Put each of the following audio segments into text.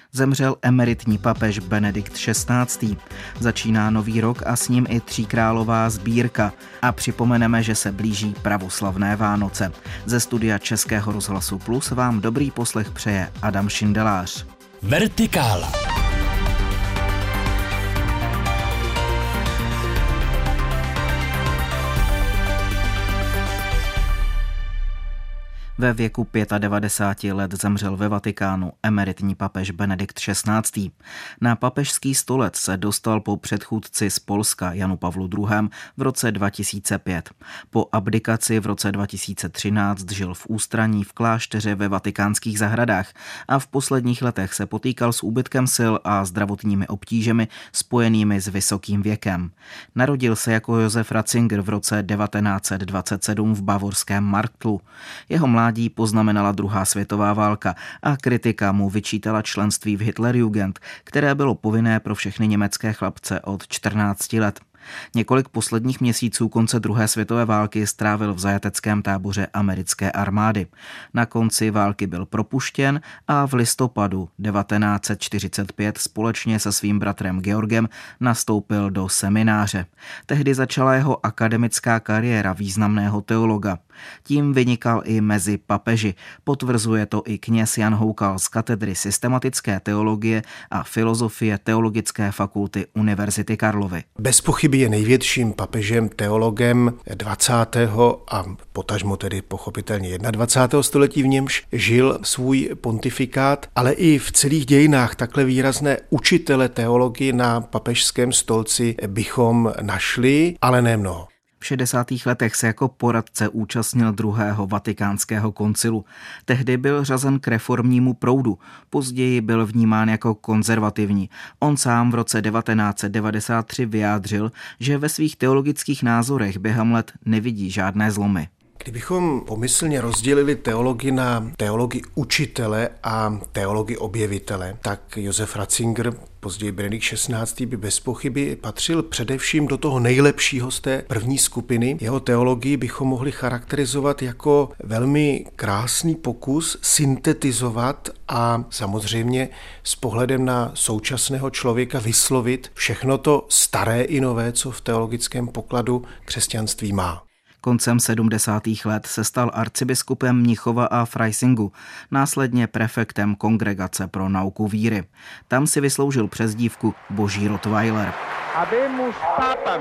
Zemřel emeritní papež Benedikt XVI. Začíná nový rok a s ním i tříkrálová sbírka. A připomeneme, že se blíží pravoslavné Vánoce. Ze studia Českého rozhlasu Plus vám dobrý poslech přeje Adam Šindelář. Vertikála. Ve věku 95 let zemřel ve Vatikánu emeritní papež Benedikt XVI. Na papežský stolec se dostal po předchůdci z Polska Janu Pavlu II. V roce 2005. Po abdikaci v roce 2013 žil v ústraní v klášteře ve Vatikánských zahradách a v posledních letech se potýkal s úbytkem sil a zdravotními obtížemi spojenými s vysokým věkem. Narodil se jako Josef Ratzinger v roce 1927 v bavorském Marktlu. Jeho mládí poznamenala druhá světová válka a kritika mu vyčítala členství v Hitlerjugend, které bylo povinné pro všechny německé chlapce od 14 let. Několik posledních měsíců konce druhé světové války strávil v zajateckém táboře americké armády. Na konci války byl propuštěn a v listopadu 1945 společně se svým bratrem Georgem nastoupil do semináře. Tehdy začala jeho akademická kariéra významného teologa. Tím vynikal i mezi papeži. Potvrzuje to i kněz Jan Houkal z katedry systematické teologie a filozofie Teologické fakulty Univerzity Karlovy. Bez pochyby je největším papežem, teologem 20. a potažmo tedy pochopitelně 21. století, v němž žil svůj pontifikát, ale i v celých dějinách takhle výrazné učitele teologie na papežském stolci bychom našli, ale ne mnoho. V 60. letech se jako poradce účastnil druhého vatikánského koncilu. Tehdy byl řazen k reformnímu proudu, později byl vnímán jako konzervativní. On sám v roce 1993 vyjádřil, že ve svých teologických názorech během let nevidí žádné zlomy. Kdybychom pomyslně rozdělili teologii na teologii učitele a teologii objevitele, tak Josef Ratzinger, později Benedikt XVI. By bez pochyby patřil především do toho nejlepšího z té první skupiny. Jeho teologii bychom mohli charakterizovat jako velmi krásný pokus syntetizovat a samozřejmě s pohledem na současného člověka vyslovit všechno to staré i nové, co v teologickém pokladu křesťanství má. Koncem 70. let se stal arcibiskupem Mnichova a Freisingu, následně prefektem Kongregace pro nauku víry. Tam si vysloužil přezdívku Boží Rottweiler. Habemus papam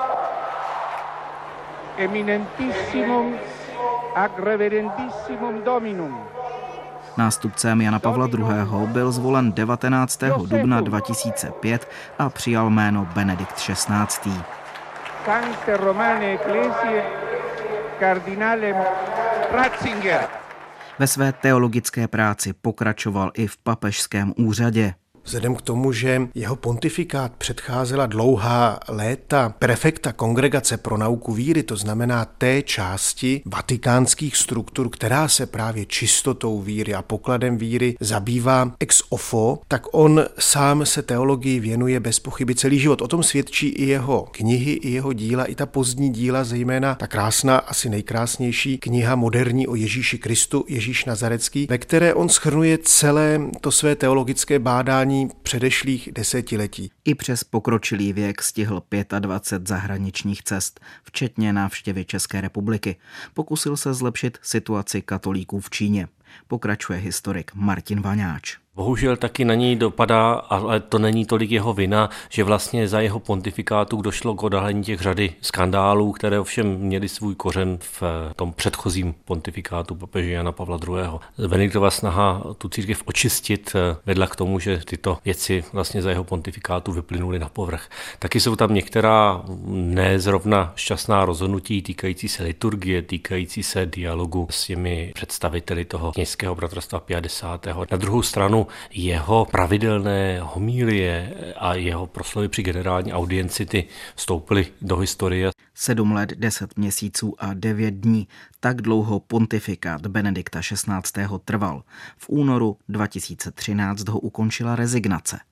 eminentissimum ac reverendissimum dominum. Nástupcem Jana Pavla II. Byl zvolen 19. dubna 2005 a přijal jméno Benedikt XVI. Sancte Romane Ecclesiae Cardinalem Ratzinger. Ve své teologické práci pokračoval i v papežském úřadě. Vzhledem k tomu, že jeho pontifikát předcházela dlouhá léta prefekta Kongregace pro nauku víry, to znamená té části vatikánských struktur, která se právě čistotou víry a pokladem víry zabývá ex ofo, tak on sám se teologii věnuje bez pochyby celý život. O tom svědčí i jeho knihy, i jeho díla, i ta pozdní díla, zejména ta krásná, asi nejkrásnější kniha moderní o Ježíši Kristu, Ježíš Nazarecký, ve které on shrnuje celé to své teologické bádání předešlých desetiletí. I přes pokročilý věk stihl 25 zahraničních cest, včetně návštěvy České republiky. Pokusil se zlepšit situaci katolíků v Číně. Pokračuje historik Martin Vaňáč. Bohužel taky na něj dopadá, ale to není tolik jeho vina, že vlastně za jeho pontifikátu došlo k odhalení těch řady skandálů, které ovšem měly svůj kořen v tom předchozím pontifikátu papeže Jana Pavla II. Benediktova snaha tu církev očistit vedla k tomu, že tyto věci vlastně za jeho pontifikátu vyplynuly na povrch. Taky jsou tam některá nezrovna šťastná rozhodnutí týkající se liturgie, týkající se dialogu s těmi představiteli toho kněžského bratrstva 50. Na druhou stranu jeho pravidelné homilie a jeho proslovy při generální audienci ty vstoupily do historie. 7 let, 10 měsíců a 9 dní. Tak dlouho pontifikát Benedikta XVI. Trval. V únoru 2013 ho ukončila rezignace.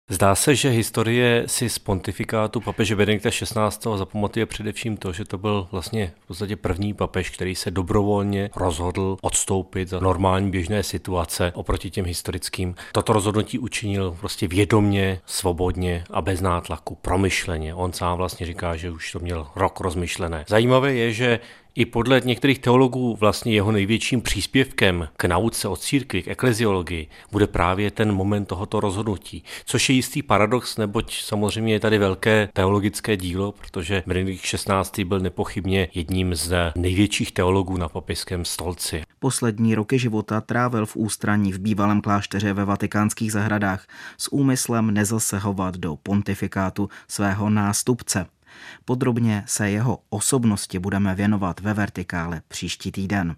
Zdá se, že historie si z pontifikátu papeže Benedikta XVI. Zapamatuje především to, že to byl vlastně v podstatě první papež, který se dobrovolně rozhodl odstoupit za normální běžné situace oproti těm historickým. Toto rozhodnutí učinil prostě vědomně, svobodně a bez nátlaku, promyšleně. On sám vlastně říká, že už to měl rok rozmyšlené. Zajímavé je, že i podle některých teologů vlastně jeho největším příspěvkem k nauce o církvi, k ekleziologii, bude právě ten moment tohoto rozhodnutí. Což je jistý paradox, neboť samozřejmě je tady velké teologické dílo, protože Benedikt XVI. Byl nepochybně jedním z největších teologů na papežském stolci. Poslední roky života trávil v ústraní v bývalém klášteře ve Vatikánských zahradách s úmyslem nezasahovat do pontifikátu svého nástupce. Podrobně se jeho osobnosti budeme věnovat ve Vertikále příští týden.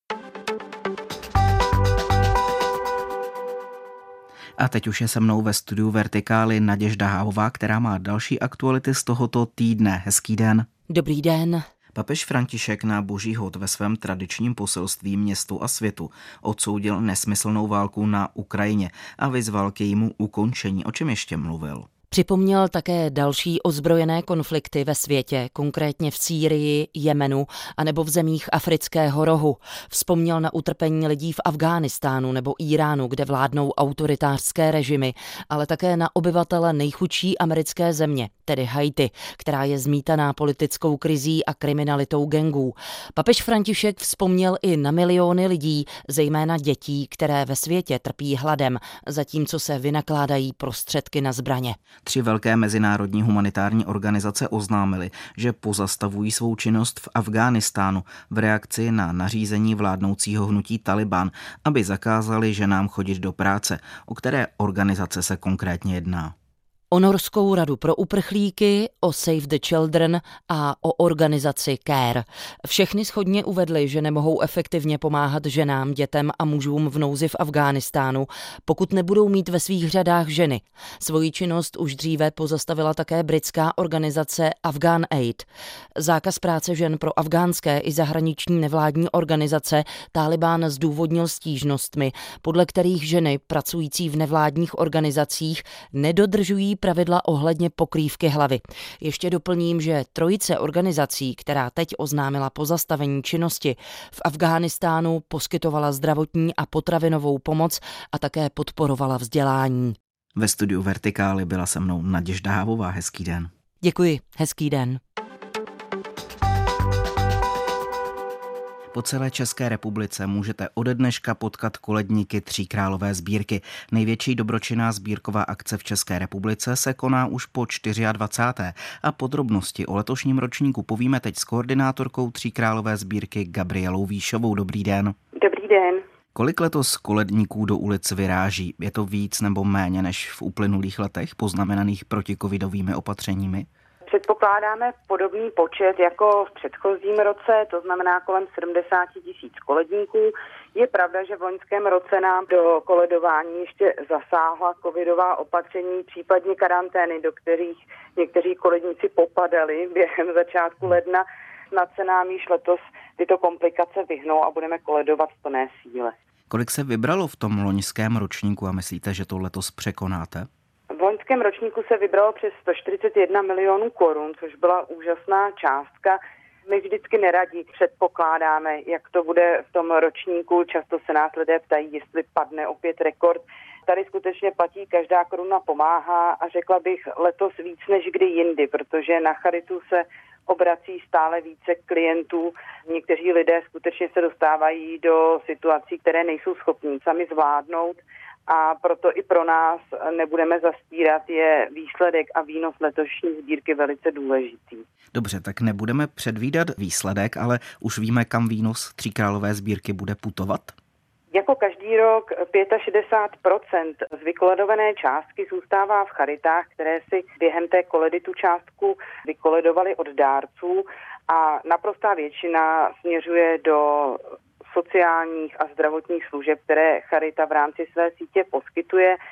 A teď už je se mnou ve studiu Vertikály Naděžda Háhová, která má další aktuality z tohoto týdne. Hezký den. Dobrý den. Papež František na Boží hod ve svém tradičním poselství městu a světu odsoudil nesmyslnou válku na Ukrajině a vyzval k jejímu ukončení. O čem ještě mluvil? Připomněl také další ozbrojené konflikty ve světě, konkrétně v Sýrii, Jemenu a nebo v zemích Afrického rohu. Vzpomněl na utrpení lidí v Afghánistánu nebo Íránu, kde vládnou autoritářské režimy, ale také na obyvatele nejchudší americké země, tedy Haiti, která je zmítaná politickou krizí a kriminalitou gangů. Papež František vzpomněl i na miliony lidí, zejména dětí, které ve světě trpí hladem, zatímco se vynakládají prostředky na zbraně. 3 velké mezinárodní humanitární organizace oznámily, že pozastavují svou činnost v Afghánistánu v reakci na nařízení vládnoucího hnutí Taliban, aby zakázali ženám chodit do práce. O které organizace se konkrétně jedná? O Norskou radu pro uprchlíky, o Save the Children a o organizaci CARE. Všechny shodně uvedly, že nemohou efektivně pomáhat ženám, dětem a mužům v nouzi v Afghánistánu, pokud nebudou mít ve svých řadách ženy. Svoji činnost už dříve pozastavila také britská organizace Afghan Aid. Zákaz práce žen pro afgánské i zahraniční nevládní organizace Taliban zdůvodnil stížnostmi, podle kterých ženy pracující v nevládních organizacích nedodržují pravidla ohledně pokrývky hlavy. Ještě doplním, že trojice organizací, která teď oznámila pozastavení činnosti, v Afghánistánu poskytovala zdravotní a potravinovou pomoc a také podporovala vzdělání. Ve studiu Vertikály byla se mnou Naděžda Háhová. Hezký den. Děkuji, hezký den. Po celé České republice můžete ode dneška potkat koledníky Tříkrálové sbírky. Největší dobročinná sbírková akce v České republice se koná už po 24. A podrobnosti o letošním ročníku povíme teď s koordinátorkou Tříkrálové sbírky Gabrielou Výšovou. Dobrý den. Dobrý den. Kolik letos koledníků do ulic vyráží? Je to víc nebo méně než v uplynulých letech poznamenaných protikovidovými opatřeními? Předpokládáme podobný počet jako v předchozím roce, to znamená kolem 70 000 koledníků. Je pravda, že v loňském roce nám do koledování ještě zasáhla covidová opatření, případně karantény, do kterých někteří koledníci popadali během začátku ledna. Snad se nám již letos tyto komplikace vyhnou a budeme koledovat v plné síle. Kolik se vybralo v tom loňském ročníku a myslíte, že to letos překonáte? V loňském ročníku se vybralo přes 141 milionů korun, což byla úžasná částka. My vždycky neradi předpokládáme, jak to bude v tom ročníku. Často se nás lidé ptají, jestli padne opět rekord. Tady skutečně platí, každá koruna pomáhá a řekla bych letos víc než kdy jindy, protože na charitu se obrací stále více klientů. Někteří lidé skutečně se dostávají do situací, které nejsou schopní sami zvládnout. A proto i pro nás, nebudeme zastírat, je výsledek a výnos letošní sbírky velice důležitý. Dobře, tak nebudeme předvídat výsledek, ale už víme, kam výnos Tříkrálové sbírky bude putovat? Jako každý rok 65% z vykoledované částky zůstává v charitách, které si během té koledy tu částku vykoledovaly od dárců a naprostá většina směřuje do sociálních a zdravotních služeb, které charita v rámci své sítě poskytuje.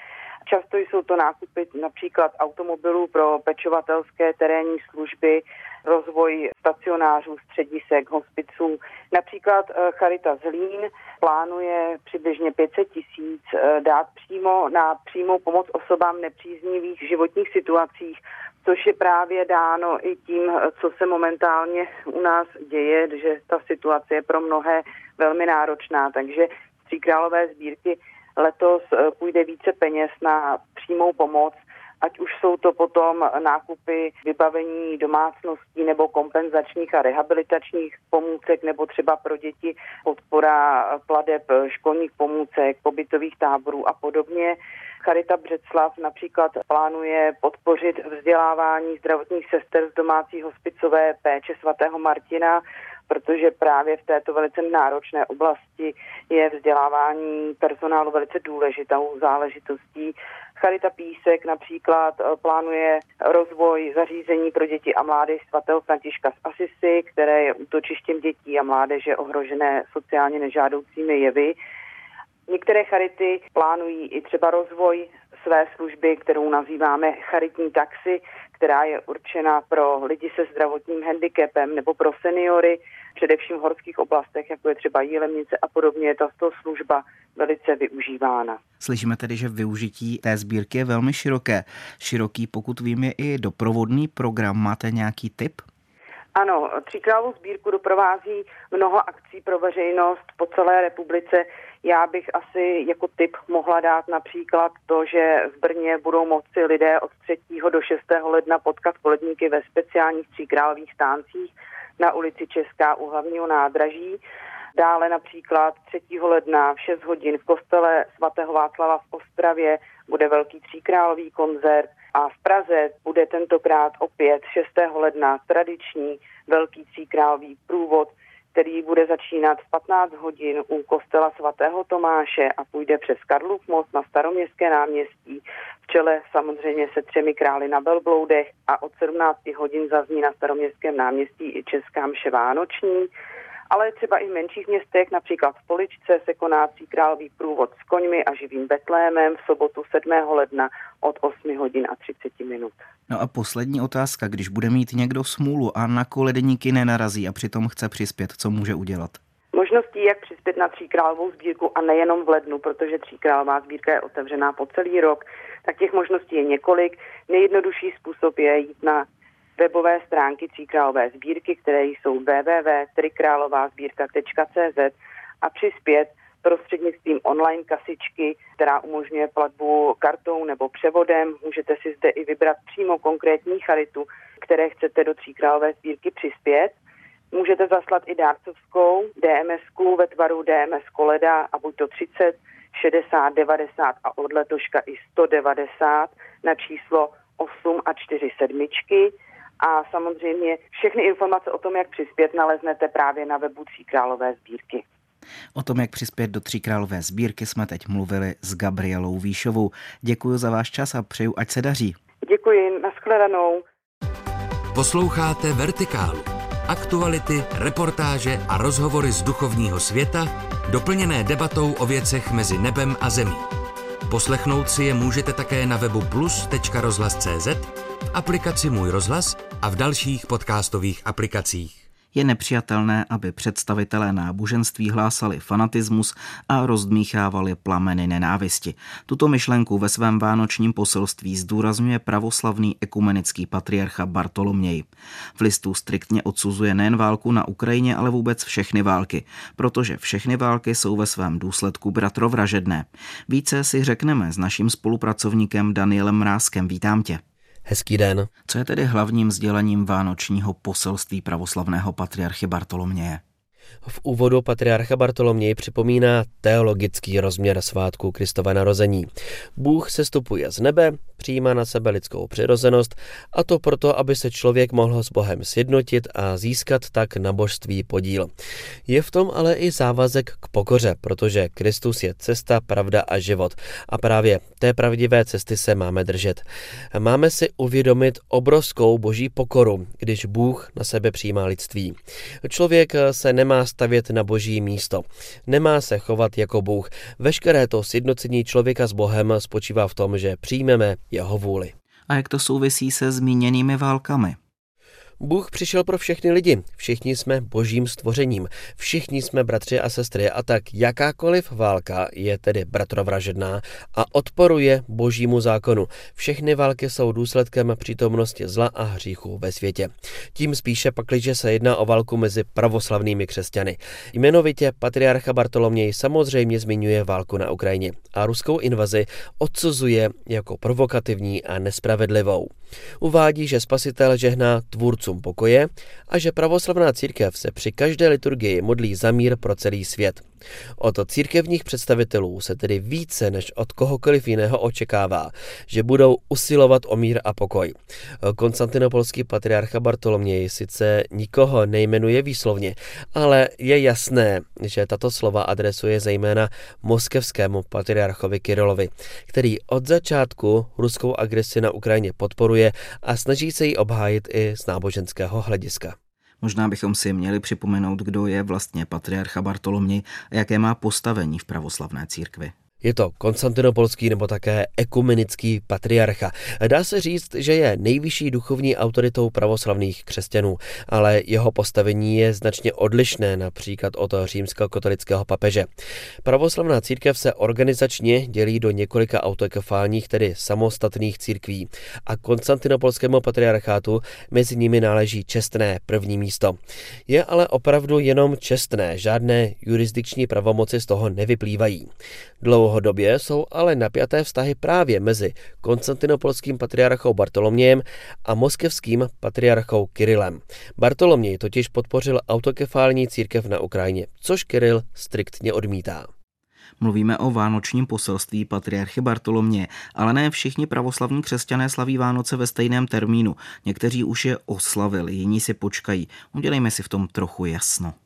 Často jsou to nákupy například automobilů pro pečovatelské terénní služby, rozvoj stacionářů, středisek, hospiců. Například Charita Zlín plánuje přibližně 500 000 dát přímo na přímou pomoc osobám v nepříznivých životních situacích, což je právě dáno i tím, co se momentálně u nás děje, že ta situace je pro mnohé velmi náročná. Takže z Tří králové sbírky letos půjde více peněz na přímou pomoc, ať už jsou to potom nákupy vybavení domácností nebo kompenzačních a rehabilitačních pomůcek, nebo třeba pro děti podpora plateb školních pomůcek, pobytových táborů a podobně. Charita Břeclav například plánuje podpořit vzdělávání zdravotních sester z domácí hospicové péče svatého Martina, protože právě v této velice náročné oblasti je vzdělávání personálu velice důležitou záležitostí. Charita Písek například plánuje rozvoj zařízení pro děti a mládež svatého Františka z Asisi, které je útočištěm dětí a mládeže ohrožené sociálně nežádoucími jevy. Některé charity plánují i třeba rozvoj své služby, kterou nazýváme charitní taxi, která je určena pro lidi se zdravotním handicapem nebo pro seniory, především v horských oblastech, jako je třeba Jilemnice a podobně, je tato služba velice využívána. Slyšíme tedy, že využití té sbírky je velmi široké. Široký, pokud vím, je i doprovodný program. Máte nějaký tip? Ano, Tří královou sbírku doprovází mnoho akcí pro veřejnost po celé republice. Já bych asi jako tip mohla dát například to, že v Brně budou moci lidé od 3. do 6. ledna potkat koledníky ve speciálních tříkrálových stáncích na ulici Česká u hlavního nádraží. Dále například 3. ledna v 6 hodin v kostele svatého Václava v Ostravě bude velký tříkrálový koncert a v Praze bude tentokrát opět 6. ledna tradiční velký tříkrálový průvod, který bude začínat v 15 hodin u kostela svatého Tomáše a půjde přes Karlův most na Staroměstské náměstí, v čele samozřejmě se 3 králi na velbloudech, a od 17 hodin zazní na Staroměstském náměstí i česká mše vánoční. Ale třeba i v menších městech, například v Poličce, se koná tříkrálový průvod s koňmi a živým betlémem v sobotu 7. ledna od 8 hodin a 30 minut. No a poslední otázka, když bude mít někdo smůlu a na koledníky nenarazí a přitom chce přispět, co může udělat? Možností, jak přispět na Tří královou sbírku a nejenom v lednu, protože Tří králová sbírka je otevřená po celý rok, tak těch možností je několik. Nejjednodušší způsob je jít na webové stránky Tří králové sbírky, které jsou www.trikrálovazbírka.cz a přispět prostřednictvím online kasičky, která umožňuje platbu kartou nebo převodem. Můžete si zde i vybrat přímo konkrétní charitu, které chcete do Tří králové sbírky přispět. Můžete zaslat i dárcovskou DMS-ku ve tvaru DMS Koleda a buď to 30, 60, 90 a od letoška i 190 na číslo 8 a 4 sedmičky. A samozřejmě všechny informace o tom, jak přispět, naleznete právě na webu Tří králové sbírky. O tom, jak přispět do Tří králové sbírky, jsme teď mluvili s Gabrielou Výšovou. Děkuji za váš čas a přeju, ať se daří. Děkuji, nashledanou. Posloucháte Vertikálu. Aktuality, reportáže a rozhovory z duchovního světa, doplněné debatou o věcech mezi nebem a zemí. Poslechnout si je můžete také na webu plus.rozhlas.cz, v aplikaci Můj rozhlas a v dalších podcastových aplikacích. Je nepřijatelné, aby představitelé náboženství hlásali fanatismus a rozdmíchávali plameny nenávisti. Tuto myšlenku ve svém vánočním poselství zdůrazňuje pravoslavný ekumenický patriarcha Bartoloměj. V listu striktně odsuzuje nejen válku na Ukrajině, ale vůbec všechny války, protože všechny války jsou ve svém důsledku bratrovražedné. Více si řekneme s naším spolupracovníkem Danielem Mrázkem. Vítám tě. Hezký den. Co je tedy hlavním sdělením vánočního poselství pravoslavného patriarchy Bartoloměje? V úvodu patriarcha Bartoloměj připomíná teologický rozměr svátku Kristova narození. Bůh sestupuje z nebe, přijímá na sebe lidskou přirozenost, a to proto, aby se člověk mohl s Bohem sjednotit a získat tak na božství podíl. Je v tom ale i závazek k pokoře, protože Kristus je cesta, pravda a život. A právě té pravdivé cesty se máme držet. Máme si uvědomit obrovskou boží pokoru, když Bůh na sebe přijímá lidství. Člověk se nemá stavět na boží místo. Nemá se chovat jako Bůh. Veškeré to sjednocení člověka s Bohem spočívá v tom, že přijmeme jeho vůli. A jak to souvisí se zmíněnými válkami? Bůh přišel pro všechny lidi, všichni jsme božím stvořením, všichni jsme bratři a sestry a tak jakákoliv válka je tedy bratrovražedná a odporuje božímu zákonu. Všechny války jsou důsledkem přítomnosti zla a hříchu ve světě. Tím spíše pakliže se jedná o válku mezi pravoslavnými křesťany. Jmenovitě patriarcha Bartoloměj samozřejmě zmiňuje válku na Ukrajině a ruskou invazi odsuzuje jako provokativní a nespravedlivou. Uvádí, že Spasitel žehná tvůrcům pokoje a že pravoslavná církev se při každé liturgii modlí za mír pro celý svět. Od církevních představitelů se tedy více než od kohokoliv jiného očekává, že budou usilovat o mír a pokoj. Konstantinopolský patriarcha Bartoloměj sice nikoho nejmenuje výslovně, ale je jasné, že tato slova adresuje zejména moskevskému patriarchovi Kyrilovi, který od začátku ruskou agresi na Ukrajině podporuje a snaží se ji obhájit i z náboženského hlediska. Možná bychom si měli připomenout, kdo je vlastně patriarcha Bartoloměj a jaké má postavení v pravoslavné církvi. Je to konstantinopolský nebo také ekumenický patriarcha. Dá se říct, že je nejvyšší duchovní autoritou pravoslavných křesťanů, ale jeho postavení je značně odlišné například od římskokatolického papeže. Pravoslavná církev se organizačně dělí do několika autokefálních, tedy samostatných církví a konstantinopolskému patriarchátu mezi nimi náleží čestné první místo. Je ale opravdu jenom čestné, žádné jurisdikční pravomoci z toho nevyplývají. Dlouhodobě jsou ale napjaté vztahy právě mezi konstantinopolským patriarchou Bartolomějem a moskevským patriarchou Kirilem. Bartoloměj totiž podpořil autokefální církev na Ukrajině, což Kiril striktně odmítá. Mluvíme o vánočním poselství patriarchy Bartoloměje, ale ne všichni pravoslavní křesťané slaví Vánoce ve stejném termínu. Někteří už je oslavili, jiní si počkají. Udělejme si v tom trochu jasno.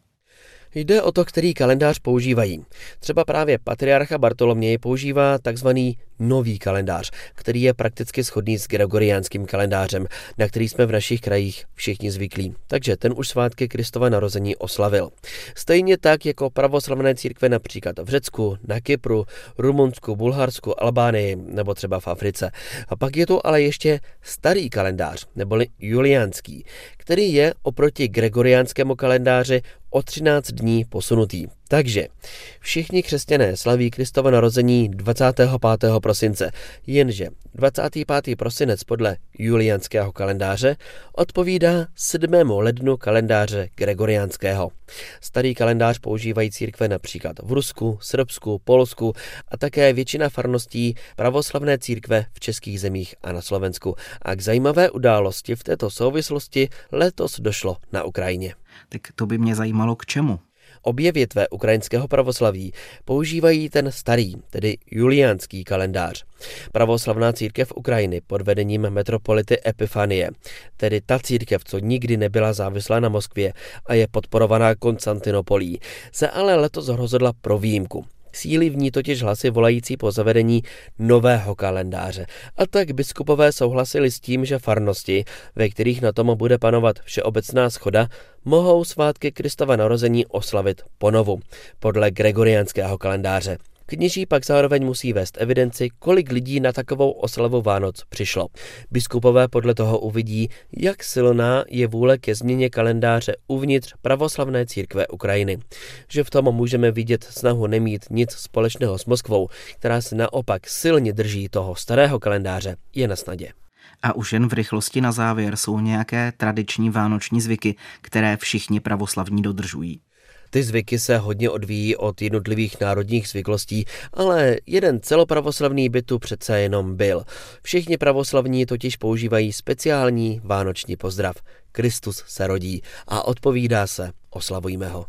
Jde o to, který kalendář používají. Třeba právě patriarcha Bartoloměj používá takzvaný nový kalendář, který je prakticky shodný s gregoriánským kalendářem, na který jsme v našich krajích všichni zvyklí. Takže ten už svátky Kristova narození oslavil. Stejně tak jako pravoslavné církve například v Řecku, na Kypru, Rumunsku, Bulharsku, Albánii nebo třeba v Africe. A pak je tu ale ještě starý kalendář, neboli juliánský, který je oproti gregoriánskému kalendáři o 13 dní posunutý. Takže všichni křesťané slaví Kristova narození 25. prosince, jenže 25. prosinec podle juliánského kalendáře odpovídá 7. lednu kalendáře gregoriánského. Starý kalendář používají církve například v Rusku, Srbsku, Polsku a také většina farností pravoslavné církve v českých zemích a na Slovensku. A k zajímavé události v této souvislosti letos došlo na Ukrajině. Tak to by mě zajímalo k čemu. Obě větve ukrajinského pravoslaví používají ten starý, tedy juliánský kalendář. Pravoslavná církev Ukrajiny pod vedením metropolity Epifanie, tedy ta církev, co nikdy nebyla závislá na Moskvě a je podporovaná Konstantinopolí, se ale letos rozhodla pro výjimku. Sílí v ní totiž hlasy volající po zavedení nového kalendáře. A tak biskupové souhlasili s tím, že farnosti, ve kterých na tom bude panovat všeobecná shoda, mohou svátky Kristova narození oslavit ponovu, podle gregoriánského kalendáře. Kněží pak zároveň musí vést evidenci, kolik lidí na takovou oslavu Vánoc přišlo. Biskupové podle toho uvidí, jak silná je vůle ke změně kalendáře uvnitř pravoslavné církve Ukrajiny. Že v tom můžeme vidět snahu nemít nic společného s Moskvou, která se naopak silně drží toho starého kalendáře, je na snadě. A už jen v rychlosti na závěr jsou nějaké tradiční vánoční zvyky, které všichni pravoslavní dodržují. Ty zvyky se hodně odvíjí od jednotlivých národních zvyklostí, ale jeden celopravoslavný by tu přece jenom byl. Všichni pravoslavní totiž používají speciální vánoční pozdrav. Kristus se rodí a odpovídá se, oslavujme ho.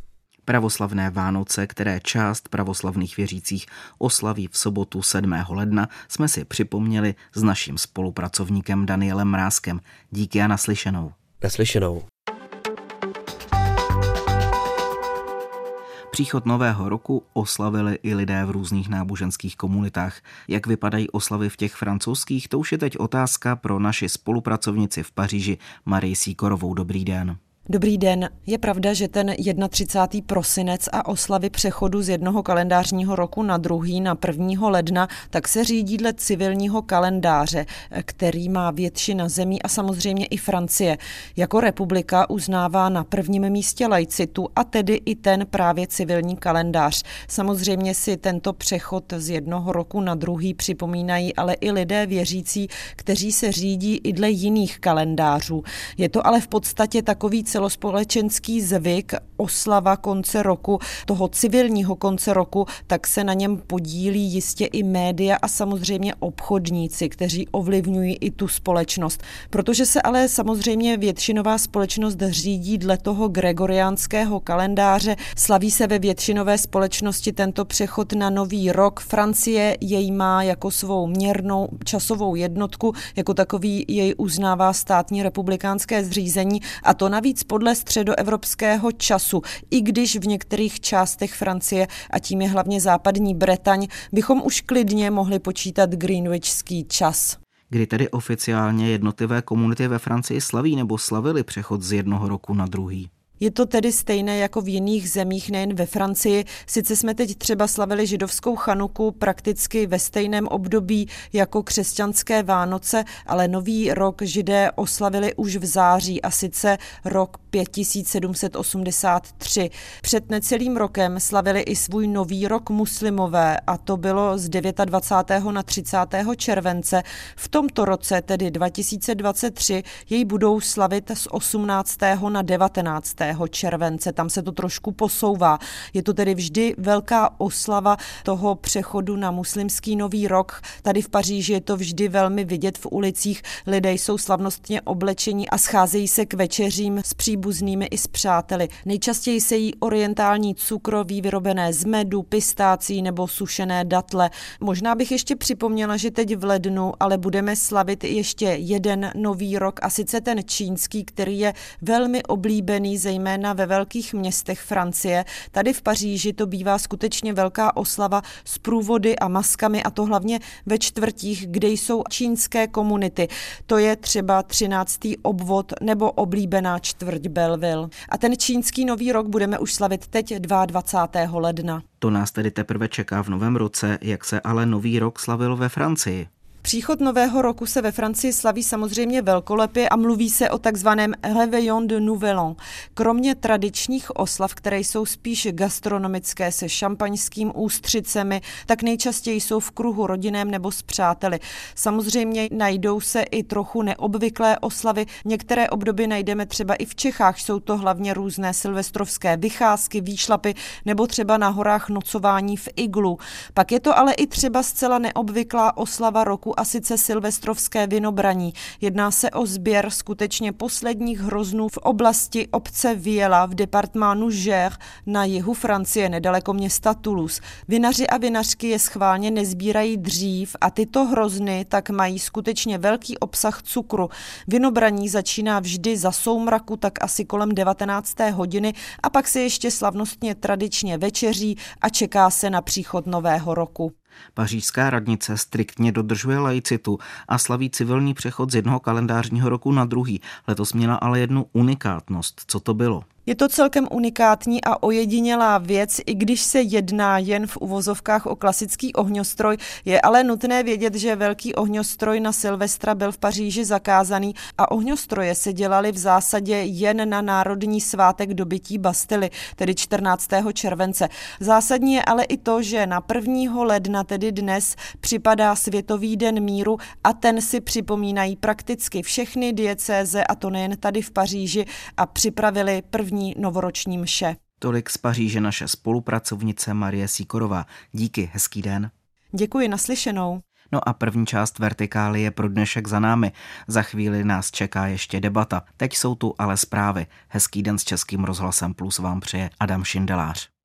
Pravoslavné Vánoce, které část pravoslavných věřících oslaví v sobotu 7. ledna, jsme si připomněli s naším spolupracovníkem Danielem Mrázkem. Díky a naslyšenou. Naslyšenou. Příchod nového roku oslavili i lidé v různých náboženských komunitách. Jak vypadají oslavy v těch francouzských, to už je teď otázka pro naši spolupracovnici v Paříži Marii Sikorovou. Dobrý den. Dobrý den. Je pravda, že ten 31. prosinec a oslavy přechodu z jednoho kalendářního roku na druhý, na 1. ledna, tak se řídí dle civilního kalendáře, který má většina zemí a samozřejmě i Francie. Jako republika uznává na prvním místě laicitu a tedy i ten právě civilní kalendář. Samozřejmě si tento přechod z jednoho roku na druhý připomínají ale i lidé věřící, kteří se řídí i dle jiných kalendářů. Je to ale v podstatě takový celospolečenský zvyk, oslava konce roku, toho civilního konce roku, tak se na něm podílí jistě i média a samozřejmě obchodníci, kteří ovlivňují i tu společnost. Protože se ale samozřejmě většinová společnost řídí dle toho gregoriánského kalendáře, slaví se ve většinové společnosti tento přechod na nový rok. Francie jej má jako svou měrnou časovou jednotku, jako takový jej uznává státní republikánské zřízení, a to navíc podle středoevropského času, i když v některých částech Francie, a tím je hlavně západní Bretaň, bychom už klidně mohli počítat greenwichský čas. Kdy tedy oficiálně jednotlivé komunity ve Francii slaví nebo slavili přechod z jednoho roku na druhý? Je to tedy stejné jako v jiných zemích, nejen ve Francii. Sice jsme teď třeba slavili židovskou chanuku prakticky ve stejném období jako křesťanské Vánoce, ale nový rok Židé oslavili už v září, a sice rok 5783. Před necelým rokem slavili i svůj nový rok muslimové, a to bylo z 29. na 30. července. V tomto roce, tedy 2023, jej budou slavit z 18. na 19. července, tam se to trošku posouvá. Je to tedy vždy velká oslava toho přechodu na muslimský nový rok. Tady v Paříži je to vždy velmi vidět v ulicích. Lidé jsou slavnostně oblečení a scházejí se k večeřím s příbuznými i s přáteli. Nejčastěji se jí orientální cukroví vyrobené z medu, pistácií nebo sušené datle. Možná bych ještě připomněla, že teď v lednu ale budeme slavit ještě jeden nový rok, a sice ten čínský, který je velmi oblíbený zejména ve velkých městech Francie. Tady v Paříži to bývá skutečně velká oslava s průvody a maskami, a to hlavně ve čtvrtích, kde jsou čínské komunity. To je třeba 13. obvod nebo oblíbená čtvrť Belleville. A ten čínský nový rok budeme už slavit teď 22. ledna. To nás tedy teprve čeká v novém roce, jak se ale nový rok slavil ve Francii. Příchod nového roku se ve Francii slaví samozřejmě velkolepě a mluví se o takzvaném Réveillon de Nouvel An. Kromě tradičních oslav, které jsou spíš gastronomické se šampaňským, ústřicemi, tak nejčastěji jsou v kruhu rodinném nebo s přáteli. Samozřejmě najdou se i trochu neobvyklé oslavy. Některé obdoby najdeme třeba i v Čechách. Jsou to hlavně různé silvestrovské vycházky, výšlapy nebo třeba na horách nocování v iglu. Pak je to ale i třeba zcela neobvyklá oslava roku, a sice silvestrovské vinobraní. Jedná se o sběr skutečně posledních hroznů v oblasti obce Viella v departementu Gers na jihu Francie, nedaleko města Toulouse. Vinaři a vinařky je schválně nezbírají dřív a tyto hrozny tak mají skutečně velký obsah cukru. Vinobraní začíná vždy za soumraku, tak asi kolem 19. hodiny, a pak se ještě slavnostně tradičně večeří a čeká se na příchod nového roku. Pařížská radnice striktně dodržuje laicitu a slaví civilní přechod z jednoho kalendářního roku na druhý. Letos měla ale jednu unikátnost. Co to bylo? Je to celkem unikátní a ojedinělá věc, i když se jedná jen v uvozovkách o klasický ohňostroj. Je ale nutné vědět, že velký ohňostroj na Silvestra byl v Paříži zakázaný a ohňostroje se dělaly v zásadě jen na národní svátek dobytí Bastily, tedy 14. července. Zásadní je ale i to, že na 1. ledna, tedy dnes, připadá Světový den míru a ten si připomínají prakticky všechny diecéze, a to nejen tady v Paříži, a připravili první novoroční mše. Tolik z Paříže naše spolupracovnice Marie Sikorová. Díky, hezký den. Děkuji, naslyšenou. No a první část Vertikály je pro dnešek za námi. Za chvíli nás čeká ještě debata. Teď jsou tu ale zprávy. Hezký den s Českým rozhlasem Plus vám přeje Adam Šindelář.